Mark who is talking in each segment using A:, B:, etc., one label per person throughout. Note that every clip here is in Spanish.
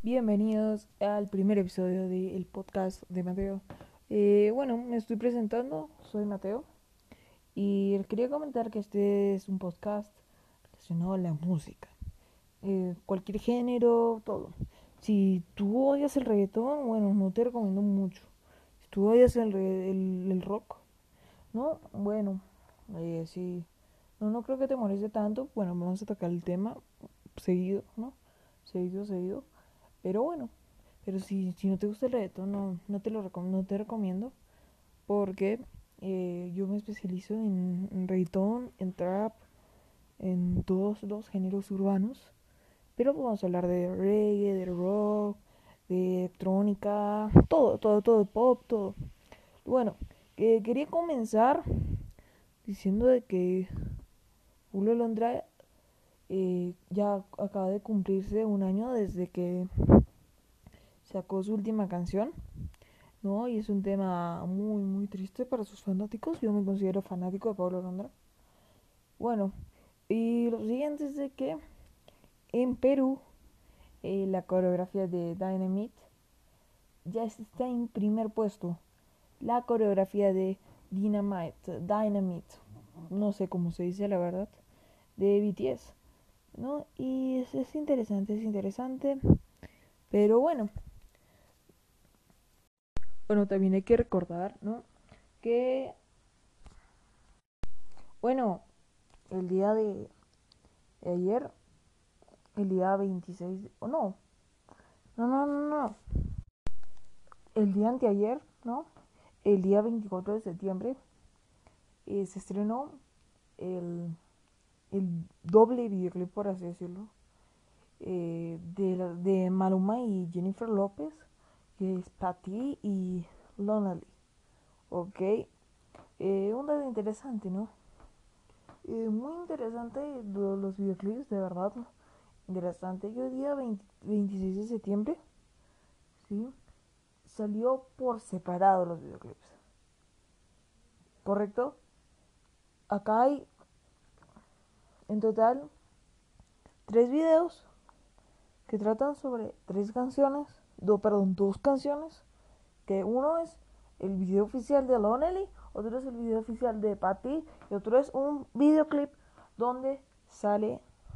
A: Bienvenidos al primer episodio del podcast de Mateo. Bueno, me estoy presentando, soy Mateo y quería comentar que este es un podcast relacionado a la música. Cualquier género, todo. Si tú odias el reggaetón, bueno, no te recomiendo mucho. Si tú odias el rock, ¿no? Bueno, sí. No creo que te moleste tanto. Bueno, vamos a tocar el tema seguido, ¿no? Seguido. Pero bueno, pero si no te gusta el reggaetón, no te recomiendo porque yo me especializo en reggaetón, en trap, en todos los géneros urbanos. Pero vamos a hablar de reggae, de rock, de electrónica, todo, pop, todo. Bueno, quería comenzar diciendo de que Julio Londra ya acaba de cumplirse un año desde que sacó su última canción, ¿no? Y es un tema muy triste para sus fanáticos. Yo me considero fanático de Pablo Londra. Bueno, y lo siguiente es de que en Perú la coreografía de Dynamite ya está en primer puesto. La coreografía de Dynamite, no sé cómo se dice la verdad, de BTS, ¿no? Y es interesante, pero bueno, también hay que recordar, ¿no? Que, bueno, el día de ayer, el día 26, o no, el día anteayer, ¿no? El día 24 de septiembre se estrenó el, el doble videoclip, por así decirlo, de Maluma y Jennifer López, que es Patty y Lonely, ¿ok? Un dato interesante, ¿no? Muy interesante los videoclips, de verdad, ¿no? Interesante. Yo el día 26 de septiembre, ¿sí? Salió por separado los videoclips, ¿correcto? Acá hay en total tres videos que tratan sobre tres canciones, dos canciones, que uno es el video oficial de Lonely, otro es el video oficial de Patty y otro es un videoclip donde sale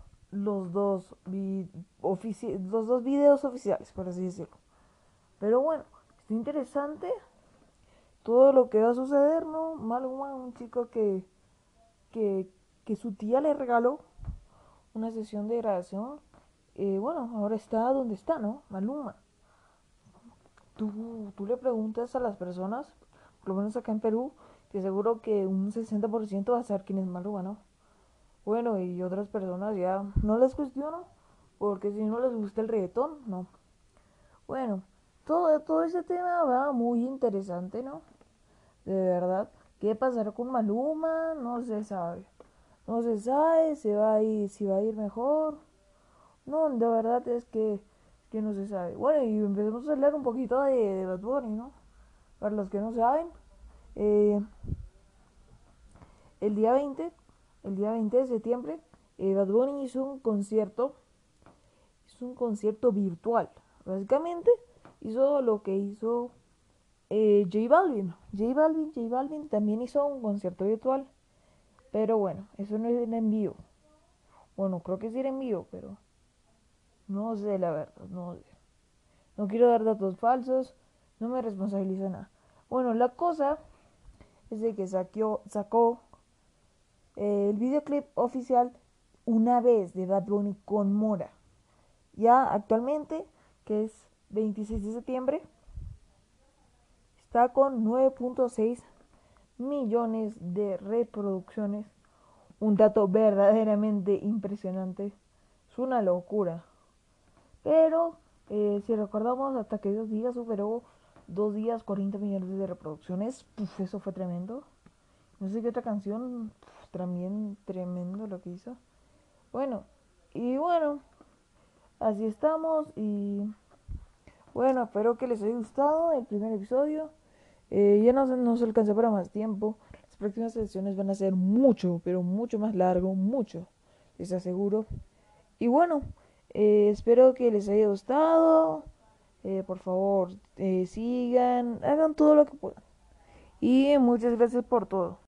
A: los dos videos oficiales, por así decirlo. Pero bueno, está interesante todo lo que va a suceder, ¿no? Maluma, un chico que, que su tía le regaló una sesión de grabación. Bueno, ahora está donde está, ¿no? Maluma. Tú le preguntas a las personas, por lo menos acá en Perú, que seguro que un 60% va a saber quién es Maluma, ¿no? Bueno, y otras personas ya no les cuestiono, porque si no les gusta el reggaetón, no. Bueno, todo ese tema va muy interesante, ¿no? De verdad. ¿Qué pasará con Maluma? No se sabe. No se sabe si va a ir mejor. No, de verdad es que no se sabe. Bueno, y empecemos a hablar un poquito de Bad Bunny, ¿no? Para los que no saben, eh, el día 20, el día 20 de septiembre, Bad Bunny hizo un concierto virtual. Básicamente hizo lo que hizo J Balvin. J Balvin también hizo un concierto virtual. Pero bueno, eso no es en vivo. Bueno, creo que sí era en vivo, pero no sé la verdad, no sé. No quiero dar datos falsos, no me responsabilizo nada. Bueno, la cosa es de que sacó el videoclip oficial una vez de Bad Bunny con Mora. Ya actualmente, que es 26 de septiembre, está con 9.6 millones de reproducciones. Un dato verdaderamente impresionante. Es una locura. Pero si recordamos, hasta que 2 días superó 2 días 40 millones de reproducciones. Puf, eso fue tremendo. No sé qué otra canción. Puf, también tremendo lo que hizo. Bueno, y bueno, así estamos. Y bueno, espero que les haya gustado el primer episodio. Ya no se alcanza para más tiempo. Las próximas sesiones van a ser mucho, pero mucho más largo. Mucho, les aseguro. Y bueno, Espero que les haya gustado. Por favor, sigan, hagan todo lo que puedan. Y muchas gracias por todo.